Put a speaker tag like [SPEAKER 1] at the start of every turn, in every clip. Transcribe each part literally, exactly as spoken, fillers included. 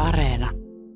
[SPEAKER 1] Areena.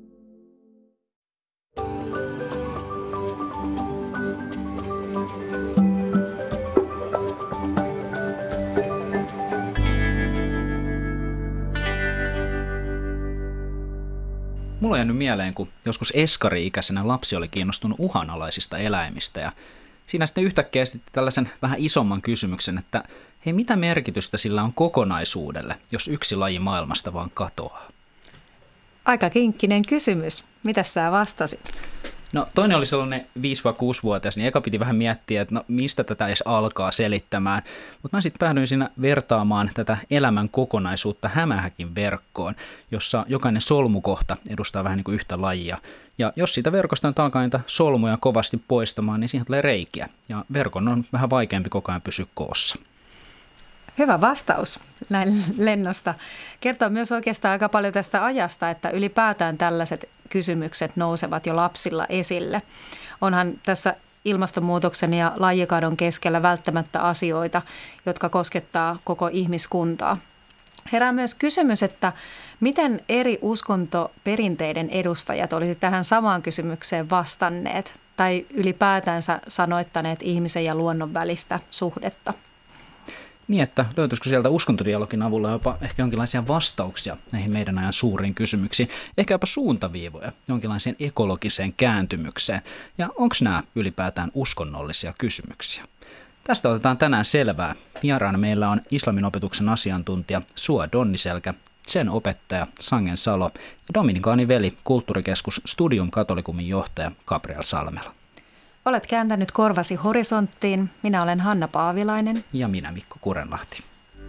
[SPEAKER 2] Mulla on jäänyt mieleen, kun joskus eskari-ikäisenä lapsi oli kiinnostunut uhanalaisista eläimistä ja siinä sitten yhtäkkiä esitti tällaisen vähän isomman kysymyksen, että hei, mitä merkitystä sillä on kokonaisuudelle, jos yksi laji maailmasta vaan katoaa?
[SPEAKER 3] Aika kinkkinen kysymys. Mitäs sä vastasit?
[SPEAKER 2] No toinen oli sellainen viisi-kuusi-vuotias, niin eka piti vähän miettiä, että no mistä tätä edes alkaa selittämään. Mutta mä sitten päädyin siinä vertaamaan tätä elämän kokonaisuutta hämähäkin verkkoon, jossa jokainen solmukohta edustaa vähän niin kuin yhtä lajia. Ja jos siitä verkosta nyt alkaa niitä solmuja kovasti poistamaan, niin siihen tulee reikiä. Ja verkon on vähän vaikeampi koko ajan pysyä koossa.
[SPEAKER 3] Hyvä vastaus näin lennosta. Kertoo myös oikeastaan aika paljon tästä ajasta, että ylipäätään tällaiset kysymykset nousevat jo lapsilla esille. Onhan tässä ilmastonmuutoksen ja lajikadon keskellä välttämättä asioita, jotka koskettaa koko ihmiskuntaa. Herää myös kysymys, että miten eri uskontoperinteiden edustajat olisi tähän samaan kysymykseen vastanneet tai ylipäätänsä sanoittaneet ihmisen ja luonnon välistä suhdetta.
[SPEAKER 2] Niin, että löytyisikö sieltä uskontodialogin avulla jopa ehkä jonkinlaisia vastauksia näihin meidän ajan suuriin kysymyksiin, ehkä jopa suuntaviivoja jonkinlaiseen ekologiseen kääntymykseen, ja onko nämä ylipäätään uskonnollisia kysymyksiä? Tästä otetaan tänään selvää. Vieraana meillä on islaminopetuksen asiantuntija Sua Donniselkä, sen opettaja Sangen Salo ja Dominikaanin veli, kulttuurikeskus Studium Catholicum'in johtaja Gabriel Salmela.
[SPEAKER 3] Olet kääntänyt korvasi horisonttiin. Minä olen Hanna Paavilainen.
[SPEAKER 2] Ja minä Mikko Kurenlahti.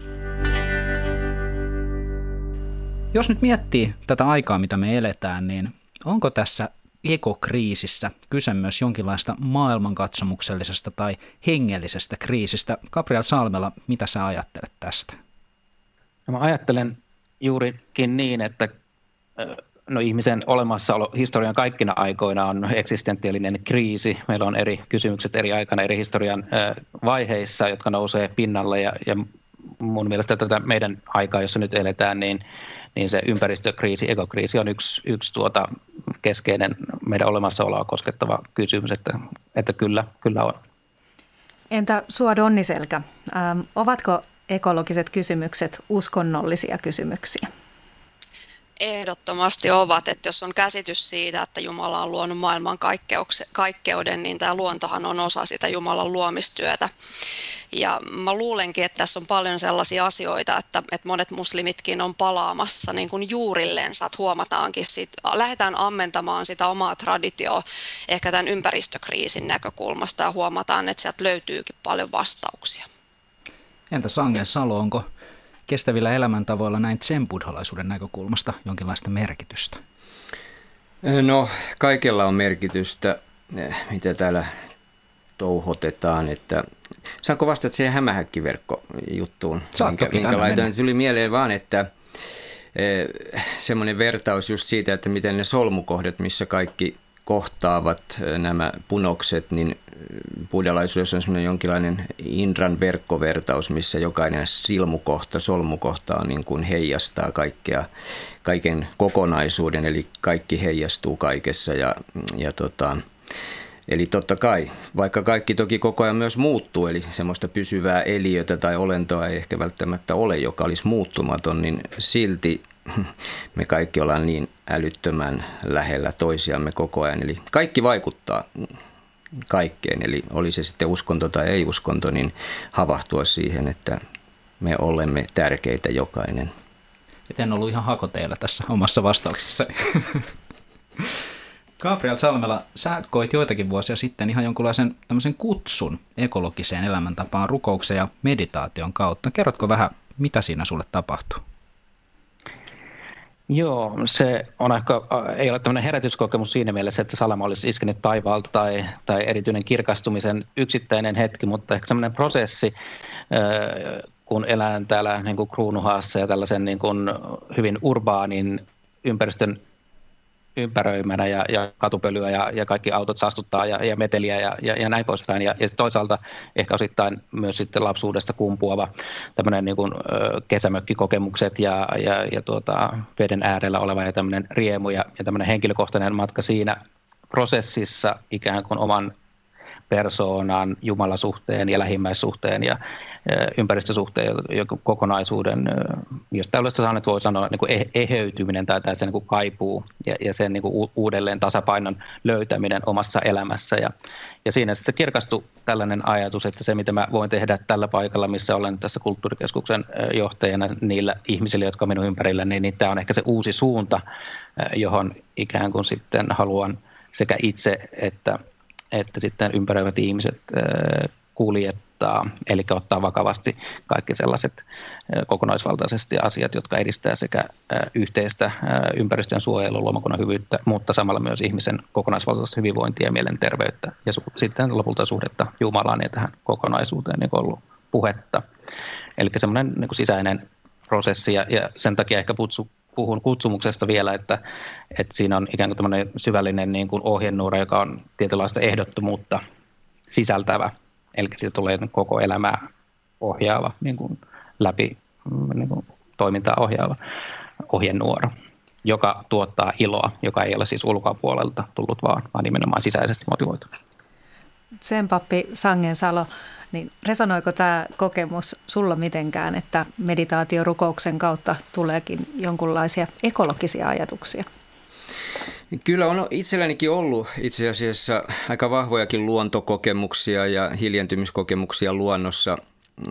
[SPEAKER 2] Jos nyt miettii tätä aikaa, mitä me eletään, niin onko tässä ekokriisissä kyse myös jonkinlaista maailmankatsomuksellisesta tai hengellisestä kriisistä? Gabriel Salmela, mitä sä ajattelet tästä?
[SPEAKER 4] No mä ajattelen juurikin niin, että no ihmisen olemassaolo historian kaikkina aikoina on eksistentiaalinen kriisi. Meillä on eri kysymykset eri aikana, eri historian vaiheissa, jotka nousee pinnalle. Ja, ja mun mielestä tätä meidän aikaa, jossa nyt eletään, niin, niin se ympäristökriisi, ekokriisi on yksi, yksi tuota keskeinen meidän olemassaoloa koskettava kysymys, että, että kyllä, kyllä on.
[SPEAKER 3] Entä Sua Donniselkä, ähm, ovatko ekologiset kysymykset uskonnollisia kysymyksiä?
[SPEAKER 5] Ehdottomasti ovat, että jos on käsitys siitä, että Jumala on luonut maailman kaikkeuden, niin tämä luontohan on osa sitä Jumalan luomistyötä. Ja mä luulenkin, että tässä on paljon sellaisia asioita, että, että monet muslimitkin on palaamassa niin kuin juurillensa, että huomataankin, sit, lähdetään ammentamaan sitä omaa traditioa ehkä tämän ympäristökriisin näkökulmasta ja huomataan, että sieltä löytyykin paljon vastauksia.
[SPEAKER 2] Entä Sangen Salo, onko kestävillä elämäntavoilla näin zen-buddhalaisuuden näkökulmasta jonkinlaista merkitystä?
[SPEAKER 6] No, kaikella on merkitystä, mitä täällä touhotetaan. Että saanko vastata siihen hämähäkkiverkkojuttuun?
[SPEAKER 2] Saat toki,
[SPEAKER 6] minkä laitoin. Se tuli mieleen vaan, että semmoinen vertaus just siitä, että miten ne solmukohdat, missä kaikki kohtaavat nämä punokset, niin buddhalaisuudessa on semmoinen jonkinlainen Indran verkkovertaus, missä jokainen silmukohta, solmukohta on niin kuin heijastaa kaikkea, kaiken kokonaisuuden, eli kaikki heijastuu kaikessa. Ja, ja tota, eli totta kai, vaikka kaikki toki koko ajan myös muuttuu, eli semmoista pysyvää eliötä tai olentoa ei ehkä välttämättä ole, joka olisi muuttumaton, niin silti me kaikki ollaan niin älyttömän lähellä toisiamme koko ajan. Eli kaikki vaikuttaa kaikkeen, eli oli se sitten uskonto tai ei uskonto, niin havahtua siihen, että me olemme tärkeitä jokainen.
[SPEAKER 2] Et en ollut ihan hakoteilla tässä omassa vastauksessani. Gabriel Salmela, sä koit joitakin vuosia sitten ihan jonkunlaisen tämmöisen kutsun ekologiseen elämäntapaan rukouksen ja meditaation kautta. Kerrotko vähän, mitä siinä sulle tapahtuu?
[SPEAKER 4] Joo, se on ehkä, ei ole tämmöinen herätyskokemus siinä mielessä, että salama olisi iskenyt taivaalta tai, tai erityinen kirkastumisen yksittäinen hetki, mutta ehkä semmoinen prosessi, kun elän täällä niin kuin Kruunuhaassa ja tällaisen niin kuin hyvin urbaanin ympäristön ympäröimänä ja, ja katupölyä ja, ja kaikki autot saastuttaa ja, ja meteliä ja, ja, ja näin poispäin. Ja, ja toisaalta ehkä osittain myös sitten lapsuudesta kumpuava tämmöinen niin kuin, ö, kesämökkikokemukset ja, ja, ja tuota, veden äärellä oleva ja tämmöinen riemu ja, ja tämmöinen henkilökohtainen matka siinä prosessissa ikään kuin oman persoonan, Jumalasuhteen ja lähimmäissuhteen ja ympäristösuhteen ja kokonaisuuden, jos tällaista saanet voi sanoa, niin kuin eheytyminen tai se niin kuin kaipuu ja, ja sen niin kuin uudelleen tasapainon löytäminen omassa elämässä. Ja, ja siinä sitten kirkastui tällainen ajatus, että se mitä mä voin tehdä tällä paikalla, missä olen tässä kulttuurikeskuksen johtajana niillä ihmisillä, jotka on minun ympärillä, niin, niin tämä on ehkä se uusi suunta, johon ikään kuin sitten haluan sekä itse että, että sitten ympäröivät ihmiset kuljettaa, eli ottaa vakavasti kaikki sellaiset kokonaisvaltaisesti asiat, jotka edistää sekä yhteistä ympäristön suojelua, luomakunnan hyvyyttä, mutta samalla myös ihmisen kokonaisvaltaista hyvinvointia ja mielenterveyttä ja sitten lopulta suhdetta Jumalaan ja tähän kokonaisuuteen, niin kuin ollut puhetta. Eli semmoinen niin kuin sisäinen prosessi ja, ja sen takia ehkä putsu, puhun kutsumuksesta vielä, että, että siinä on ikään kuin tämmöinen syvällinen niin kuin ohjenuora, joka on tietynlaista ehdottomuutta sisältävä. Eli siitä tulee koko elämää ohjaava, niin kuin läpi niin kuin toimintaa ohjaava ohjenuora, joka tuottaa iloa, joka ei ole siis ulkopuolelta tullut, vaan, vaan nimenomaan sisäisesti motivoitu.
[SPEAKER 3] Sen pappi Sangensalo, niin resonoiko tämä kokemus sulla mitenkään, että meditaatiorukouksen kautta tuleekin jonkunlaisia ekologisia ajatuksia?
[SPEAKER 6] Kyllä on itsellänikin ollut itse asiassa aika vahvojakin luontokokemuksia ja hiljentymiskokemuksia luonnossa.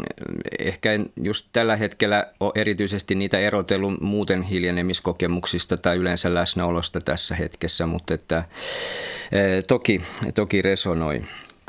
[SPEAKER 6] Ehkä en just tällä hetkellä ole erityisesti niitä erotellut muuten hiljenemiskokemuksista tai yleensä läsnäolosta tässä hetkessä, mutta että, e, toki, toki resonoi.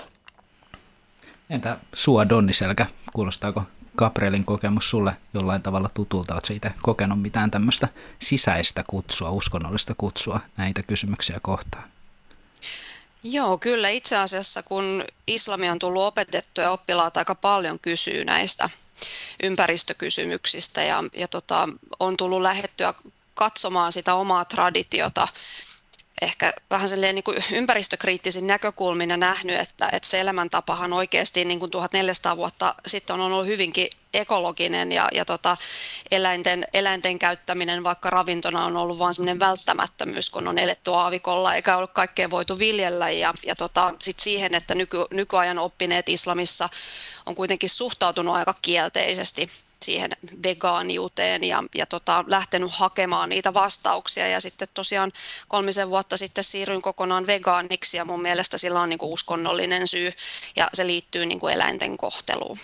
[SPEAKER 2] Entä sua, Donniselkä? Kuulostaako Gabrielin kokemus sulle jollain tavalla tutulta? Oletko itse kokenut mitään tämmöistä sisäistä kutsua, uskonnollista kutsua näitä kysymyksiä kohtaan?
[SPEAKER 5] Joo, kyllä itse asiassa kun islami on tullut opetettua ja oppilaat aika paljon kysyy näistä ympäristökysymyksistä ja, ja tota, on tullut lähdettyä katsomaan sitä omaa traditiota ehkä vähän sellainen niin kuin ympäristökriittisin näkökulmin ja nähnyt, että, että se elämäntapahan oikeasti niin kuin tuhatneljäsataa vuotta sitten on ollut hyvinkin ekologinen ja, ja tota, eläinten, eläinten käyttäminen vaikka ravintona on ollut vain sellainen välttämättömyys, kun on eletty aavikolla eikä ole kaikkea voitu viljellä ja, ja tota, sit siihen, että nyky, nykyajan oppineet islamissa on kuitenkin suhtautunut aika kielteisesti siihen vegaaniuteen ja, ja tota, lähtenyt hakemaan niitä vastauksia ja sitten tosiaan kolmisen vuotta sitten siirryin kokonaan vegaaniksi ja mun mielestä sillä on niin kuin uskonnollinen syy ja se liittyy niin kuin eläinten kohteluun.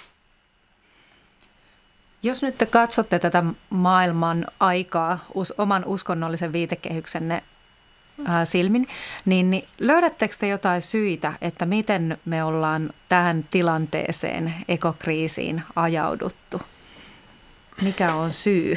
[SPEAKER 3] Jos nyt te katsotte tätä maailman aikaa us, oman uskonnollisen viitekehyksenne ää, silmin, niin, niin löydättekö te jotain syitä, että miten me ollaan tähän tilanteeseen, ekokriisiin ajauduttu? Mikä on syy?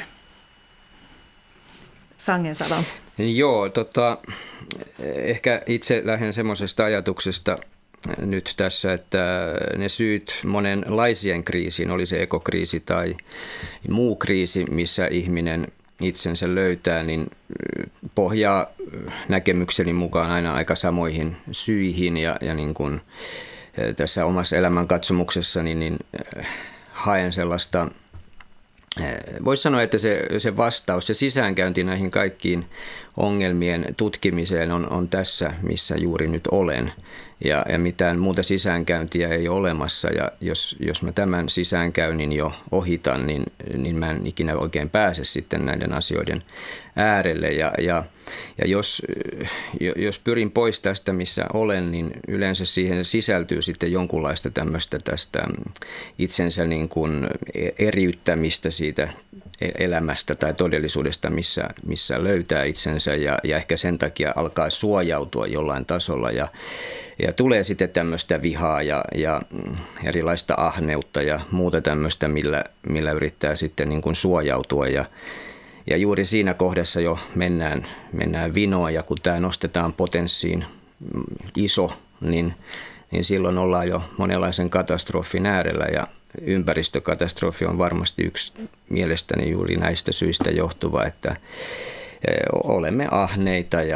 [SPEAKER 3] Sangensalo.
[SPEAKER 6] Joo, tota, ehkä itse lähden semmoisesta ajatuksesta nyt tässä, että ne syyt monenlaisien kriisiin, oli se ekokriisi tai muu kriisi, missä ihminen itsensä löytää, niin pohjaa näkemykseni mukaan aina aika samoihin syihin ja, ja niin kuin tässä omassa elämänkatsomuksessani niin haen sellaista. Voisi sanoa, että se, se vastaus, se sisäänkäynti näihin kaikkiin ongelmien tutkimiseen on, on tässä, missä juuri nyt olen. Ja, ja mitään muuta sisäänkäyntiä ei ole olemassa. Ja jos, jos mä tämän sisäänkäynnin jo ohitan, niin, niin mä en ikinä oikein pääse sitten näiden asioiden äärelle. Ja, ja, ja jos, jos pyrin pois tästä, missä olen, niin yleensä siihen sisältyy sitten jonkunlaista tämmöistä tästä itsensä niin kuin eriyttämistä siitä elämästä tai todellisuudesta, missä, missä löytää itsensä ja, ja ehkä sen takia alkaa suojautua jollain tasolla ja, ja tulee sitten tämmöistä vihaa ja, ja erilaista ahneutta ja muuta tämmöistä, millä, millä yrittää sitten niin kuin suojautua ja Ja juuri siinä kohdassa jo mennään, mennään vinoon ja kun tämä nostetaan potenssiin iso, niin, niin silloin ollaan jo monenlaisen katastrofin äärellä ja ympäristökatastrofi on varmasti yksi mielestäni juuri näistä syistä johtuva, että olemme ahneita ja,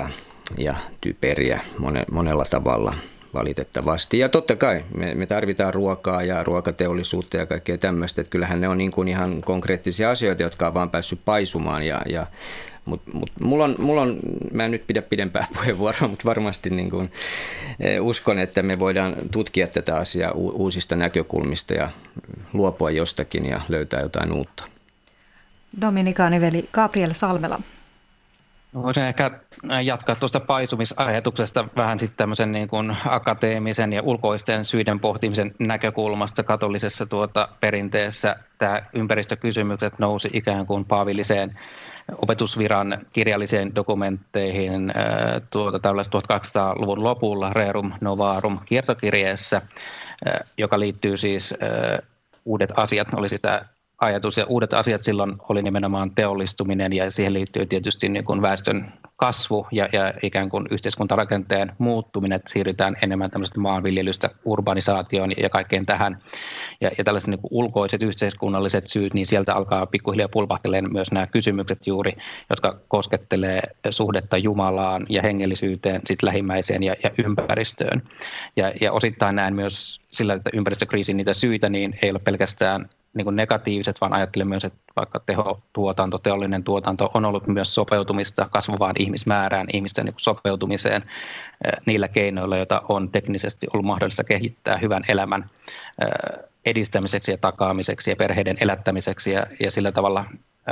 [SPEAKER 6] ja typeriä monella tavalla valitettavasti. Ja totta kai me, me tarvitaan ruokaa ja ruokateollisuutta ja kaikkea tämmöistä. Että kyllähän ne on niin kuin ihan konkreettisia asioita, jotka on vaan päässyt paisumaan. Ja, ja, Mutta mut, mulla on, mulla on, mä en nyt pidä pidempää puheenvuoroa, mutta varmasti niin kuin, eh, uskon, että me voidaan tutkia tätä asiaa u- uusista näkökulmista ja luopua jostakin ja löytää jotain uutta.
[SPEAKER 3] Dominikaaniveli Gabriel Salmela.
[SPEAKER 4] Voisin ehkä jatkaa tuosta paisumisajatuksesta vähän sitten tämmöisen niin kuin akateemisen ja ulkoisten syiden pohtimisen näkökulmasta. Katolisessa tuota perinteessä tämä ympäristökysymykset nousi ikään kuin paavilliseen opetusviran kirjalliseen dokumentteihin tuota, tuhatkahdeksansataaluvun lopulla Rerum Novarum -kiertokirjeessä, joka liittyy siis uudet asiat, oli sitä ajatus, ja uudet asiat silloin oli nimenomaan teollistuminen, ja siihen liittyy tietysti niin kuin väestön kasvu ja, ja ikään kuin yhteiskuntarakenteen muuttuminen, että siirrytään enemmän tämmöistä maanviljelystä urbanisaatioon ja kaikkeen tähän. Ja, ja tällaiset niin kuin ulkoiset yhteiskunnalliset syyt, niin sieltä alkaa pikkuhiljaa pulpahteleen myös nämä kysymykset juuri, jotka koskettelee suhdetta Jumalaan ja hengellisyyteen, sit lähimmäiseen ja, ja ympäristöön. Ja, ja osittain näen myös sillä, että ympäristökriisin niitä syitä niin ei ole pelkästään niin kuin negatiiviset, vaan ajattelen myös, että vaikka tehotuotanto, teollinen tuotanto on ollut myös sopeutumista kasvavaan ihmismäärään, ihmisten niin kuin sopeutumiseen niillä keinoilla, joita on teknisesti ollut mahdollista kehittää hyvän elämän edistämiseksi ja takaamiseksi ja perheiden elättämiseksi, ja, ja sillä tavalla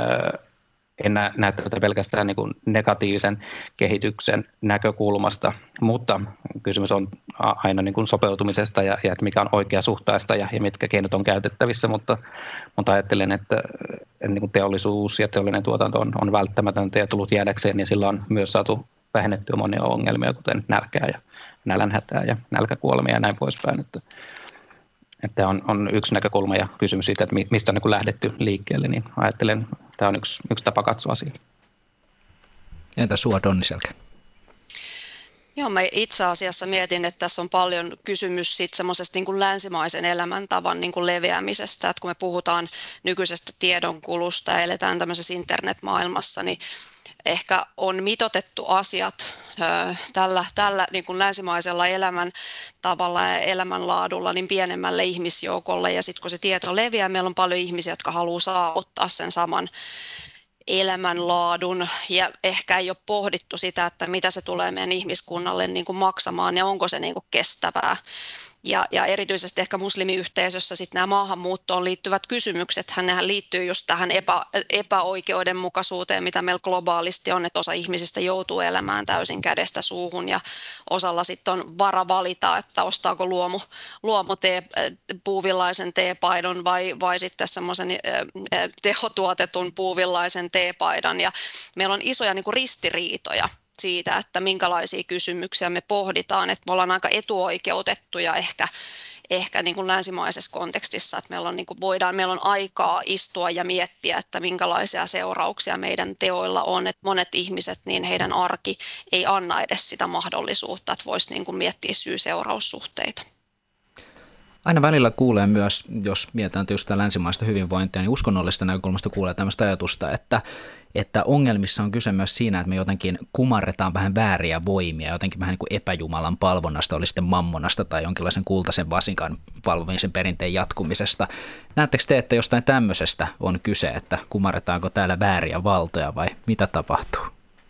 [SPEAKER 4] en näe, näe tätä pelkästään niin kuin negatiivisen kehityksen näkökulmasta, mutta kysymys on aina niin kuin sopeutumisesta ja, ja että mikä on oikeasuhtaista ja, ja mitkä keinot on käytettävissä, mutta, mutta ajattelen, että niin kuin teollisuus ja teollinen tuotanto on, on välttämätöntä ja tullut jäädäkseen, ja sillä on myös saatu vähennettyä monia ongelmia, kuten nälkää ja nälänhätää ja nälkäkuolemia ja näin poispäin. Että, että on, on yksi näkökulma ja kysymys siitä, että mistä on niin kuin lähdetty liikkeelle, niin ajattelen, että tämä on yksi, yksi tapa katsoa siihen.
[SPEAKER 2] Entä sua, Donniselkä?
[SPEAKER 5] Joo, mä itse asiassa mietin, että tässä on paljon kysymys sit semmoisesta niin kuin länsimaisen elämäntavan niin kuin leviämisestä, että kun me puhutaan nykyisestä tiedonkulusta ja eletään tämmöisessä internetmaailmassa, niin ehkä on mitotettu asiat ö, tällä, tällä niin kuin länsimaisella elämän tavalla ja elämänlaadulla niin pienemmälle ihmisjoukolle, ja sitten kun se tieto leviää, meillä on paljon ihmisiä, jotka haluaa saavuttaa sen saman elämänlaadun, ja ehkä ei ole pohdittu sitä, että mitä se tulee meidän ihmiskunnalle niin kuin maksamaan ja onko se niin kuin kestävää. Ja, ja erityisesti ehkä muslimiyhteisössä sitten nämä maahanmuuttoon liittyvät kysymykset, nehän liittyy just tähän epä, epäoikeudenmukaisuuteen, mitä meillä globaalisti on, että osa ihmisistä joutuu elämään täysin kädestä suuhun, ja osalla sitten on vara valita, että ostaako luomu, luomu tee, puuvillaisen teepaidon vai, vai sitten semmoisen tehotuotetun puuvillaisen teepaidan, ja meillä on isoja niin kuin ristiriitoja siitä, että minkälaisia kysymyksiä me pohditaan, että me ollaan aika etuoikeutettuja ehkä, ehkä niin kuin länsimaisessa kontekstissa, että meillä on, niin kuin voidaan, meillä on aikaa istua ja miettiä, että minkälaisia seurauksia meidän teoilla on, että monet ihmiset, niin heidän arki ei anna edes sitä mahdollisuutta, että voisi niin kuin miettiä syy-seuraussuhteita.
[SPEAKER 2] Aina välillä kuulee myös, jos mietitään tietysti länsimaista hyvinvointia, niin uskonnollista näkökulmasta kuulee tämmöistä ajatusta, että, että ongelmissa on kyse myös siinä, että me jotenkin kumarretaan vähän vääriä voimia, jotenkin vähän niin kuin epäjumalan palvonnasta, oli sitten mammonasta tai jonkinlaisen kultaisen vasinkan palvomisen perinteen jatkumisesta. Näettekö te, että jostain tämmöisestä on kyse, että kumarretaanko täällä vääriä valtoja vai mitä tapahtuu?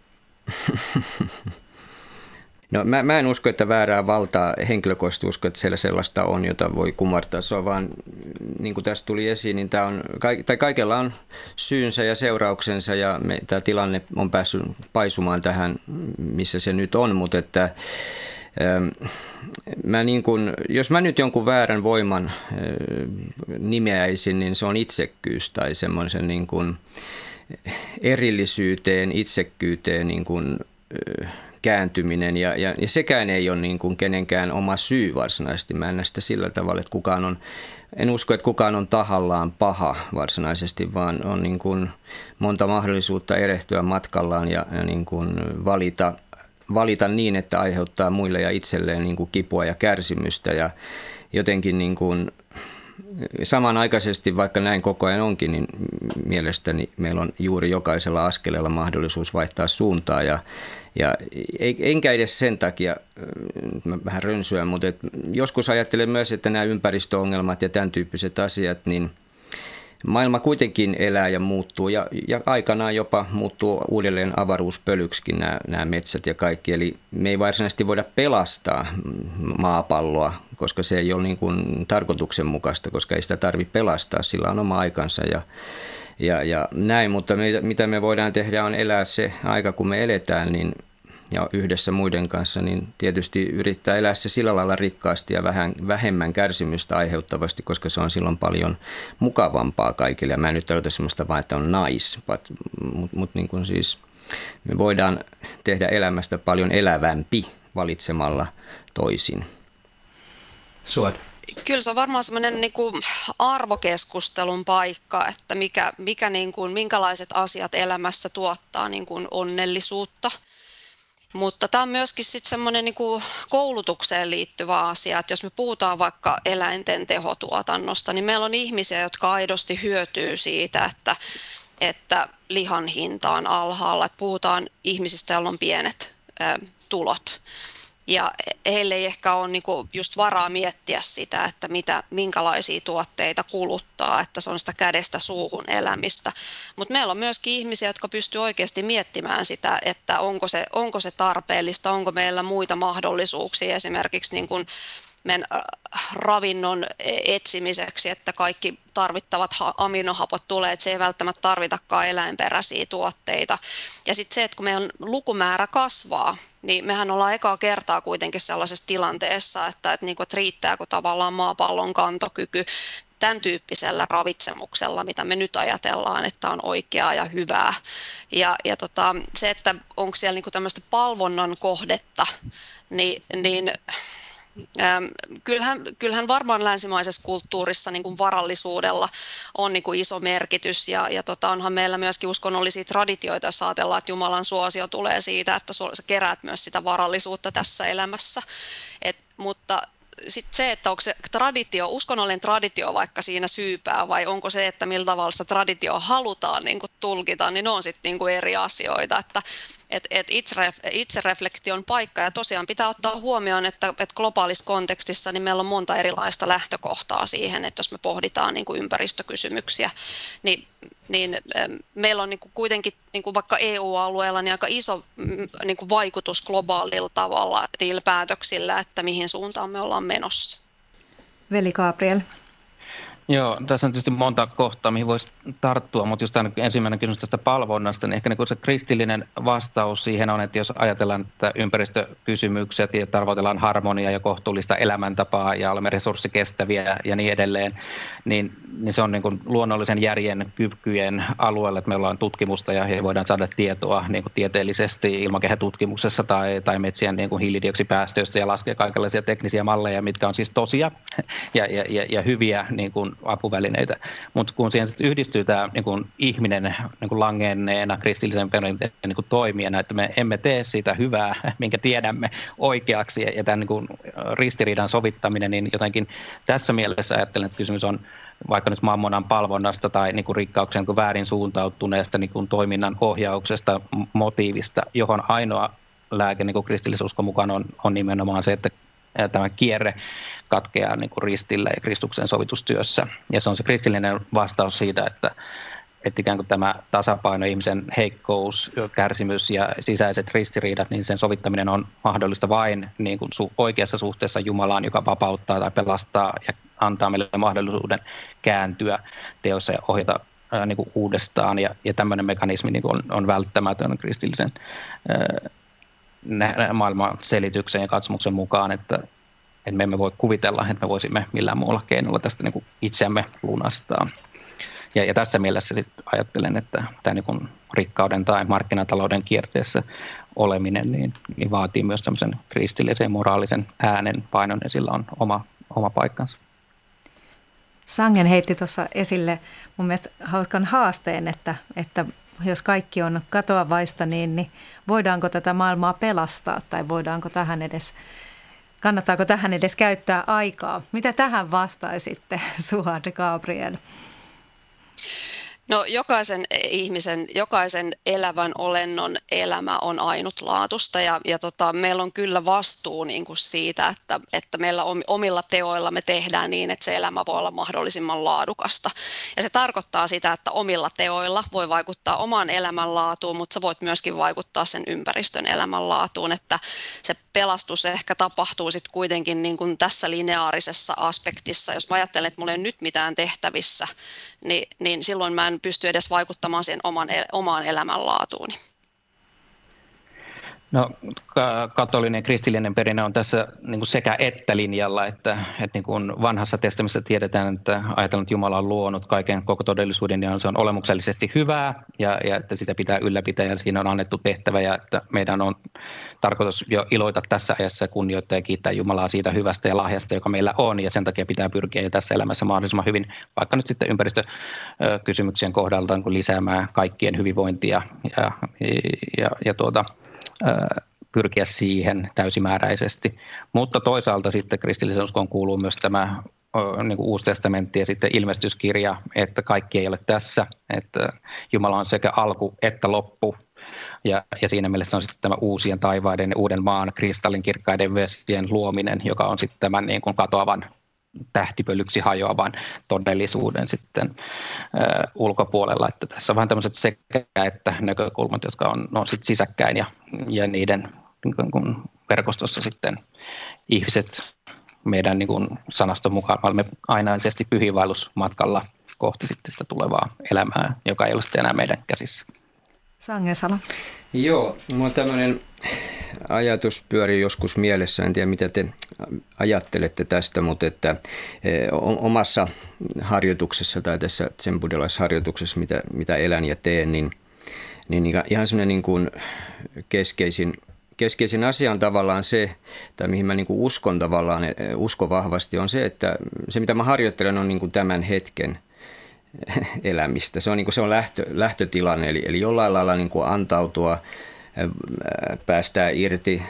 [SPEAKER 6] No mä, mä en usko, että väärää valtaa, henkilökohtaisesti usko, että siellä sellaista on, jota voi kumartaa. Se on vaan, niin kuin tässä tuli esiin, niin tämä on, tai kaikella on syynsä ja seurauksensa, ja me, tämä tilanne on päässyt paisumaan tähän, missä se nyt on, mutta että ähm, mä niin kuin, jos mä nyt jonkun väärän voiman äh, nimeäisin, niin se on itsekkyys tai semmoisen niin kuin erillisyyteen, itsekkyyteen niin kuin, äh, kääntyminen, ja, ja, ja sekään ei ole niin kuin kenenkään oma syy varsinaisesti. Mä en näe sitä sillä tavalla, että kukaan on, en usko, että kukaan on tahallaan paha varsinaisesti, vaan on niin kuin monta mahdollisuutta erehtyä matkallaan ja, ja niin kuin valita, valita niin, että aiheuttaa muille ja itselleen niin kuin kipua ja kärsimystä, ja jotenkin niin kuin samanaikaisesti, vaikka näin koko ajan onkin, niin mielestäni meillä on juuri jokaisella askeleella mahdollisuus vaihtaa suuntaa. Ja, ja enkä edes sen takia, mä vähän rönsyä, mutta et joskus ajattelen myös, että nämä ympäristöongelmat ja tämän tyyppiset asiat, niin maailma kuitenkin elää ja muuttuu ja, ja aikanaan jopa muuttuu uudelleen avaruuspölyksikin nämä, nämä metsät ja kaikki. Eli me ei varsinaisesti voida pelastaa maapalloa, koska se ei ole niin kuin tarkoituksenmukaista, koska ei sitä tarvitse pelastaa, sillä on oma aikansa ja, ja, ja näin. Mutta me, mitä me voidaan tehdä on elää se aika, kun me eletään, niin ja yhdessä muiden kanssa, niin tietysti yrittää elää se sillä lailla rikkaasti ja vähän, vähemmän kärsimystä aiheuttavasti, koska se on silloin paljon mukavampaa kaikille. Ja mä en nyt tarkoita semmoista vaan, että on nice, mutta mut, mut niin kuin siis me voidaan tehdä elämästä paljon elävämpi valitsemalla toisin.
[SPEAKER 2] Suod.
[SPEAKER 5] Kyllä se on varmaan semmoinen niin kuin arvokeskustelun paikka, että mikä, mikä niin kuin, minkälaiset asiat elämässä tuottaa niin kuin onnellisuutta. Mutta tämä on myöskin sitten semmoinen niin kuin koulutukseen liittyvä asia, että jos me puhutaan vaikka eläinten tehotuotannosta, niin meillä on ihmisiä, jotka aidosti hyötyy siitä, että, että lihan hinta on alhaalla. Että puhutaan ihmisistä, joilla on pienet ä, tulot. Ja heille ei ehkä ole niinku just varaa miettiä sitä, että mitä, minkälaisia tuotteita kuluttaa, että se on sitä kädestä suuhun elämistä. Mutta meillä on myöskin ihmisiä, jotka pystyy oikeasti miettimään sitä, että onko se, onko se tarpeellista, onko meillä muita mahdollisuuksia esimerkiksi niin kuin meidän ravinnon etsimiseksi, että kaikki tarvittavat aminohapot tulee, että se ei välttämättä tarvitakaan eläinperäisiä tuotteita. Ja sitten se, että kun meidän lukumäärä kasvaa, niin mehän ollaan ekaa kertaa kuitenkin sellaisessa tilanteessa, että, että, niin kuin, että riittääkö tavallaan maapallon kantokyky tämän tyyppisellä ravitsemuksella, mitä me nyt ajatellaan, että on oikeaa ja hyvää. Ja, ja tota, se, että onko siellä niin kuin tämmöistä palvonnan kohdetta, niin, niin Ähm, kyllähän, kyllähän varmaan länsimaisessa kulttuurissa niin kuin varallisuudella on niin kuin iso merkitys ja, ja tota, onhan meillä myöskin uskonnollisia traditioita, jos ajatellaan, että Jumalan suosio tulee siitä, että sä keräät myös sitä varallisuutta tässä elämässä. Et, mutta sitten se, että onko se traditio, uskonnollinen traditio vaikka siinä syypää vai onko se, että millä tavalla sitä traditioa halutaan niin kuin tulkita, niin ne on sitten niin kuin eri asioita. Että et, et itse, itsereflektion paikka ja tosiaan pitää ottaa huomioon, että, että globaalissa kontekstissa niin meillä on monta erilaista lähtökohtaa siihen, että jos me pohditaan niin kuin ympäristökysymyksiä, niin, niin meillä on niin kuin kuitenkin niin kuin vaikka E U-alueella niin aika iso niin kuin vaikutus globaalilla tavalla niillä päätöksillä, että mihin suuntaan me ollaan menossa.
[SPEAKER 3] Veli Gabriel.
[SPEAKER 4] Joo, tässä on tietysti monta kohtaa, mihin voisi tarttua, mutta just ensimmäinen kysymys tästä palvonnasta, niin ehkä niin se kristillinen vastaus siihen on, että jos ajatellaan että ympäristökysymykset ja tavoitellaan harmoniaa ja kohtuullista elämäntapaa ja olemme resurssikestäviä ja niin edelleen, niin, niin se on niin kuin luonnollisen järjen kykyjen alueella, että meillä on tutkimusta ja voidaan saada tietoa niin kuin tieteellisesti ilmakehätutkimuksessa tai, tai metsien niin kuin hiilidioksipäästöistä ja laskea kaikenlaisia teknisiä malleja, mitkä on siis tosia ja, ja, ja, ja hyviä niin kuin apuvälineitä, mutta kun siihen yhdistyy tämä niin kuin ihminen niin kuin langenneena kristillisen perinteen niin kuin toimijana, että me emme tee sitä hyvää, minkä tiedämme oikeaksi, ja tämän niin kuin ristiriidan sovittaminen, niin jotenkin tässä mielessä ajattelen, että kysymys on vaikka nyt mammonan palvonnasta tai niin kuin rikkauksien niin väärin suuntautuneesta niin kuin toiminnan ohjauksesta, motiivista, johon ainoa lääke niin kuin kristillisuuskon mukaan on, on nimenomaan se, että tämä kierre katkeaa niin kuin ristillä ja Kristuksen sovitustyössä. Ja se on se kristillinen vastaus siitä, että, että ikään kuin tämä tasapaino, ihmisen heikkous, kärsimys ja sisäiset ristiriidat, niin sen sovittaminen on mahdollista vain niin kuin oikeassa suhteessa Jumalaan, joka vapauttaa tai pelastaa ja antaa meille mahdollisuuden kääntyä teossa ja ohjata ää, niin kuin uudestaan. Ja, ja tämmöinen mekanismi niin kuin on, on välttämätön kristillisen ää, maailman selityksen ja katsomuksen mukaan, että että me emme voi kuvitella, että me voisimme millään muulla keinolla tästä niin kuin itseämme lunastaa. Ja, ja tässä mielessä sit ajattelen, että tämä niin kuin rikkauden tai markkinatalouden kierteessä oleminen niin, niin vaatii myös tämmöisen kristillisen ja moraalisen äänen painon, ja sillä on oma, oma paikkansa.
[SPEAKER 3] Sangen heitti tuossa esille mun mielestä hauskan haasteen, että, että jos kaikki on katoavaista, niin, niin voidaanko tätä maailmaa pelastaa tai voidaanko tähän edes Kannattaako tähän edes käyttää aikaa? Mitä tähän vastaisitte, Suad, Gabriel?
[SPEAKER 5] No jokaisen ihmisen, jokaisen elävän olennon elämä on ainutlaatuista ja, ja tota, meillä on kyllä vastuu niin kuin siitä, että, että meillä omilla teoilla me tehdään niin, että se elämä voi olla mahdollisimman laadukasta. Ja se tarkoittaa sitä, että omilla teoilla voi vaikuttaa omaan elämänlaatuun, mutta sä voit myöskin vaikuttaa sen ympäristön elämänlaatuun, että se pelastus ehkä tapahtuu sitten kuitenkin niin kuin tässä lineaarisessa aspektissa. Jos mä ajattelen, että mulla ei ole nyt mitään tehtävissä, niin, niin silloin mä en pysty edes vaikuttamaan siihen oman, omaan elämänlaatuuni.
[SPEAKER 4] No, katolinen kristillinen perinne on tässä niin kuin sekä että linjalla, että, että niin kuin vanhassa testamissa tiedetään, että ajatellaan, että Jumala on luonut kaiken koko todellisuuden ja se on olemuksellisesti hyvää ja, ja että sitä pitää ylläpitää ja siinä on annettu tehtävä ja että meidän on tarkoitus jo iloita tässä ajassa ja kunnioittaa ja kiittää Jumalaa siitä hyvästä ja lahjasta, joka meillä on ja sen takia pitää pyrkiä jo tässä elämässä mahdollisimman hyvin, vaikka nyt sitten ympäristökysymyksien kohdalta niin kuin lisäämään kaikkien hyvinvointia ja, ja, ja tuota, pyrkiä siihen täysimääräisesti. Mutta toisaalta sitten kristillisen uskoon kuuluu myös tämä niin kuin Uusi testamentti ja sitten ilmestyskirja, että kaikki ei ole tässä, että Jumala on sekä alku että loppu. Ja, ja siinä mielessä on sitten tämä uusien taivaiden ja uuden maan kristallinkirkkaiden vesien luominen, joka on sitten tämän niin kuin katoavan tähtipölyksi hajoavan todellisuuden sitten ä, ulkopuolella. Että tässä on vähän tämmöiset sekä että näkökulmat, jotka on, on sitten sisäkkäin ja, ja niiden niin kuin verkostossa sitten ihmiset meidän niin kuin sanaston mukaan olemme ainaisesti pyhiinvaellusmatkalla kohti sitten sitä tulevaa elämää, joka ei ole sitten enää meidän käsissä.
[SPEAKER 3] Sangesala.
[SPEAKER 6] Joo, minulla tämmöinen ajatus pyörii joskus mielessä, en tiedä mitä te ajattelette tästä, mutta että omassa harjoituksessa tai tässä zen-buddhalaisharjoituksessa, mitä, mitä elän ja teen, niin, niin ihan semmoinen niin kuin keskeisin, keskeisin asia on tavallaan se, tai mihin mä niin kuin uskon tavallaan, uskon vahvasti, on se, että se mitä mä harjoittelen on niin kuin tämän hetken elämistä. Se on, niin kuin, se on lähtö, lähtötilanne, eli, eli jollain lailla niin kuin antautua, päästää irti,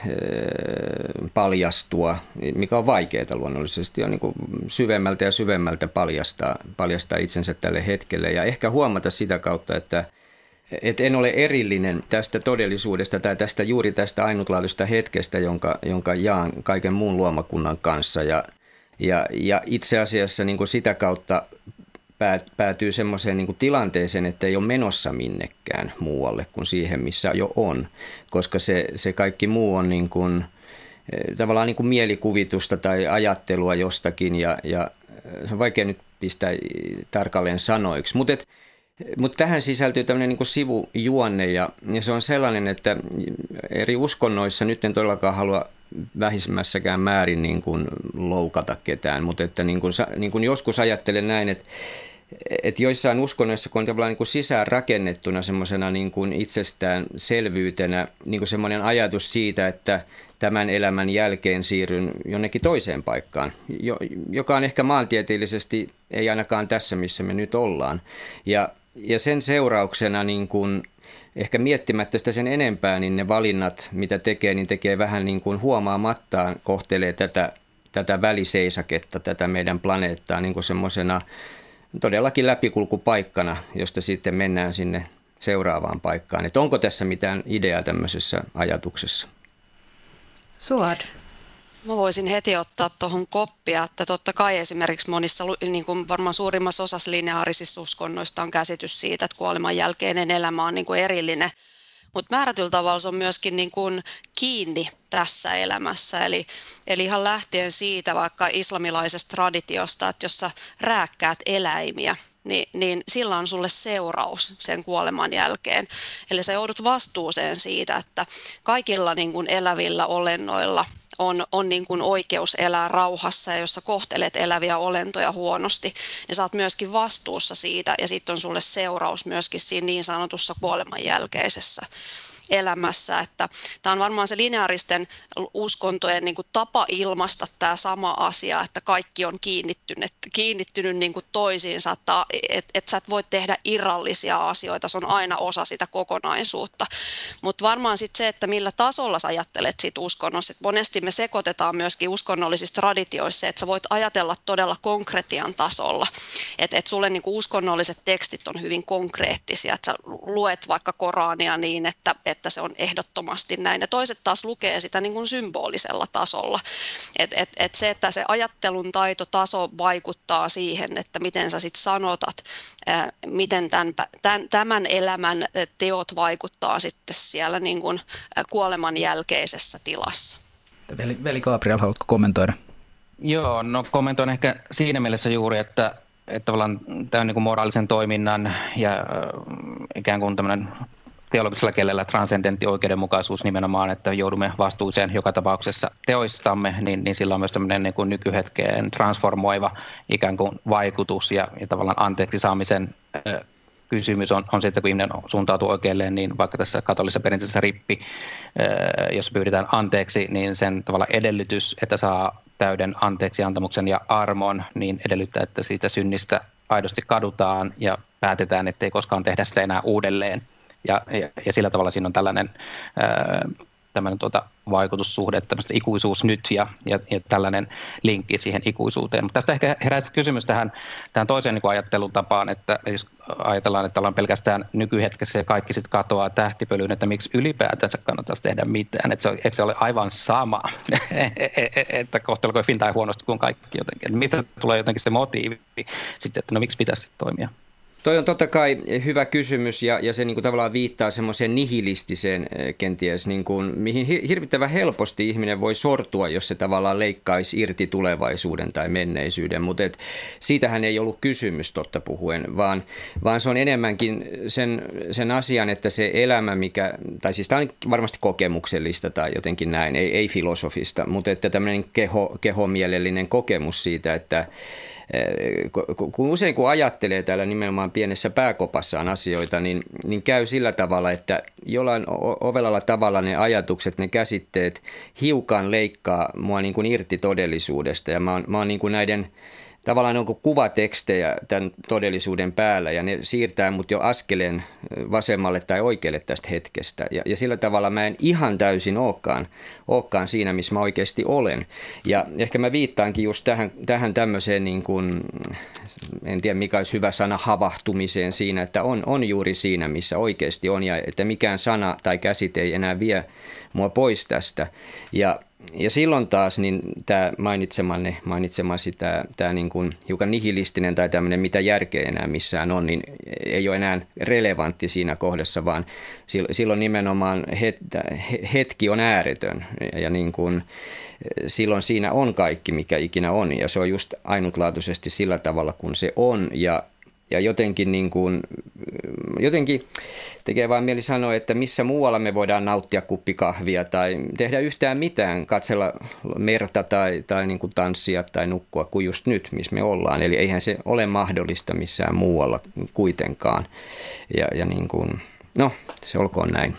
[SPEAKER 6] paljastua, mikä on vaikeaa luonnollisesti, on niin kuin syvemmältä ja syvemmältä paljastaa, paljastaa itsensä tälle hetkelle ja ehkä huomata sitä kautta, että et en ole erillinen tästä todellisuudesta tai tästä juuri tästä ainutlaatuisesta hetkestä, jonka, jonka jaan kaiken muun luomakunnan kanssa ja, ja, ja itse asiassa niin kuin sitä kautta päätyy semmoiseen niin kuin tilanteeseen, että ei ole menossa minnekään muualle kuin siihen, missä jo on, koska se, se kaikki muu on niin kuin, tavallaan niin kuin mielikuvitusta tai ajattelua jostakin ja, ja se on vaikea nyt pistää tarkalleen sanoiksi, mutta Mutta tähän sisältyy tämmöinen niin kuin sivujuonne ja, ja se on sellainen, että eri uskonnoissa, nyt en todellakaan halua vähimmässäkään määrin niin kuin loukata ketään, mutta että niin kuin, niin kuin joskus ajattelen näin, että, että joissain uskonnoissa, kun on tavallaan niin kuin sisään rakennettuna semmoisena niin kuin itsestäänselvyytenä niin kuin semmoinen ajatus siitä, että tämän elämän jälkeen siirryn jonnekin toiseen paikkaan, joka on ehkä maantieteellisesti ei ainakaan tässä, missä me nyt ollaan. Ja, ja sen seurauksena niin kuin ehkä miettimättä sitä sen enempää, niin ne valinnat, mitä tekee, niin tekee vähän niin kuin huomaamattaan, kohtelee tätä, tätä väliseisaketta, tätä meidän planeettaa niin kuin semmoisena todellakin läpikulkupaikkana, josta sitten mennään sinne seuraavaan paikkaan. Että onko tässä mitään ideaa tämmöisessä ajatuksessa?
[SPEAKER 3] Suad.
[SPEAKER 5] Mä voisin heti ottaa tuohon koppia, että totta kai esimerkiksi monissa, niin kuin varmaan suurimmassa osassa lineaarisissa uskonnoista on käsitys siitä, että kuoleman jälkeinen elämä on niin kuin erillinen, mutta määrätyllä tavalla se on myöskin niin kuin kiinni tässä elämässä, eli, eli ihan lähtien siitä vaikka islamilaisesta traditiosta, että jos sä rääkkäät eläimiä, Niin, niin sillä on sulle seuraus sen kuoleman jälkeen. Eli sä joudut vastuuseen siitä, että kaikilla niin kuin elävillä olennoilla on, on niin kuin oikeus elää rauhassa ja jos sä kohtelet eläviä olentoja huonosti, niin sä oot myöskin vastuussa siitä ja sitten on sulle seuraus myöskin siinä niin sanotussa kuoleman jälkeisessä elämässä, että tämä on varmaan se lineaaristen uskontojen niin kuin tapa ilmaista tämä sama asia, että kaikki on kiinnittynyt, kiinnittynyt niin kuin toisiinsa, että et, et sä et voi tehdä irrallisia asioita, se on aina osa sitä kokonaisuutta, mutta varmaan sitten se, että millä tasolla sä ajattelet siitä uskonnosta, että monesti me sekoitetaan myöskin uskonnollisissa traditioissa, että sä voit ajatella todella konkretian tasolla, että et sulle niin kuin uskonnolliset tekstit on hyvin konkreettisia, että sä luet vaikka Korania niin, että, että se on ehdottomasti näin. Ja toiset taas lukee sitä niin kuin symbolisella tasolla. Et, et, et se, että se ajattelun taitotaso vaikuttaa siihen, että miten sä sitten sanotat, ää, miten tämän, tämän, tämän elämän teot vaikuttaa sitten siellä niin kuin kuoleman jälkeisessä tilassa.
[SPEAKER 2] Veli, Veli Gabriel, haluatko kommentoida?
[SPEAKER 4] Joo, no kommentoin ehkä siinä mielessä juuri, että että tavallaan tämän niin kuin moraalisen toiminnan ja äh, ikään kuin tämmöinen teologisella kielellä transcendentti oikeudenmukaisuus nimenomaan, että joudumme vastuuseen joka tapauksessa teoistamme, niin, niin sillä on myös tämmöinen niin kuin nykyhetkeen transformoiva ikään kuin vaikutus ja, ja tavallaan anteeksi saamisen äh, kysymys on, on se, että kun ihminen suuntautuu oikealleen, niin vaikka tässä katolisessa perinteisessä rippi, äh, jos pyydetään anteeksi, niin sen tavallaan edellytys, että saa täyden anteeksiantamuksen ja armon, niin edellyttää, että siitä synnistä aidosti kadutaan ja päätetään, että ei koskaan tehdä sitä enää uudelleen. Ja, ja, ja sillä tavalla siinä on tällainen, ää, tämmöinen tuota, vaikutussuhde, tämmöistä ikuisuus nyt ja, ja, ja tällainen linkki siihen ikuisuuteen. Mutta tästä ehkä herää kysymys tähän, tähän toiseen niin kuin ajattelutapaan, että jos ajatellaan, että ollaan pelkästään nykyhetkessä ja kaikki sitten katoaa tähtipölyyn, että miksi ylipäätänsä kannattaisi tehdä mitään. Että se, eikö se ole aivan sama, että kohtelko hyvin tai huonosti kuin kaikki jotenkin. Että mistä tulee jotenkin se motiivi sitten, että no miksi pitäisi toimia?
[SPEAKER 6] Toi on totta kai hyvä kysymys ja, ja se niin kuin tavallaan viittaa semmoiseen nihilistiseen kenties, niin kuin, mihin hirvittävän helposti ihminen voi sortua, jos se tavallaan leikkaisi irti tulevaisuuden tai menneisyyden, mutta et siitähän ei ollut kysymys totta puhuen, vaan, vaan se on enemmänkin sen, sen asian, että se elämä, mikä, tai siis tämä on varmasti kokemuksellista tai jotenkin näin, ei, ei filosofista, mutta että tämmöinen keho, kehomielellinen kokemus siitä, että kun usein kun ajattelee täällä nimenomaan pienessä pääkopassaan asioita, niin, niin käy sillä tavalla, että jollain ovelalla tavalla ne ajatukset, ne käsitteet hiukan leikkaa mua niin kuin irti todellisuudesta ja mä oon, mä oon niin kuin näiden tavallaan onko kuvatekstejä tämän todellisuuden päällä ja ne siirtää mut jo askeleen vasemmalle tai oikealle tästä hetkestä. Ja, ja sillä tavalla mä en ihan täysin olekaan, olekaan siinä, missä mä oikeasti olen. Ja ehkä mä viittaankin just tähän, tähän tämmöiseen, niin kuin, en tiedä mikä olisi hyvä sana, havahtumiseen siinä, että on, on juuri siinä, missä oikeasti on ja että mikään sana tai käsite ei enää vie mua pois tästä. Ja Ja silloin taas niin tämä mainitsemanne, mainitsemasi tämä, tämä niin kuin hiukan nihilistinen tai tämmöinen mitä järkeä enää missään on, niin ei ole enää relevantti siinä kohdassa, vaan silloin nimenomaan hetki on ääretön ja niin kuin silloin siinä on kaikki, mikä ikinä on ja se on just ainutlaatuisesti sillä tavalla, kun se on ja Ja jotenkin, niin kuin, jotenkin tekee vaan mieli sanoa, että missä muualla me voidaan nauttia kuppikahvia tai tehdä yhtään mitään, katsella merta tai, tai niin kuin tanssia tai nukkua kuin just nyt, missä me ollaan. Eli eihän se ole mahdollista missään muualla kuitenkaan. Ja, ja niin kuin, no, se olkoon näin.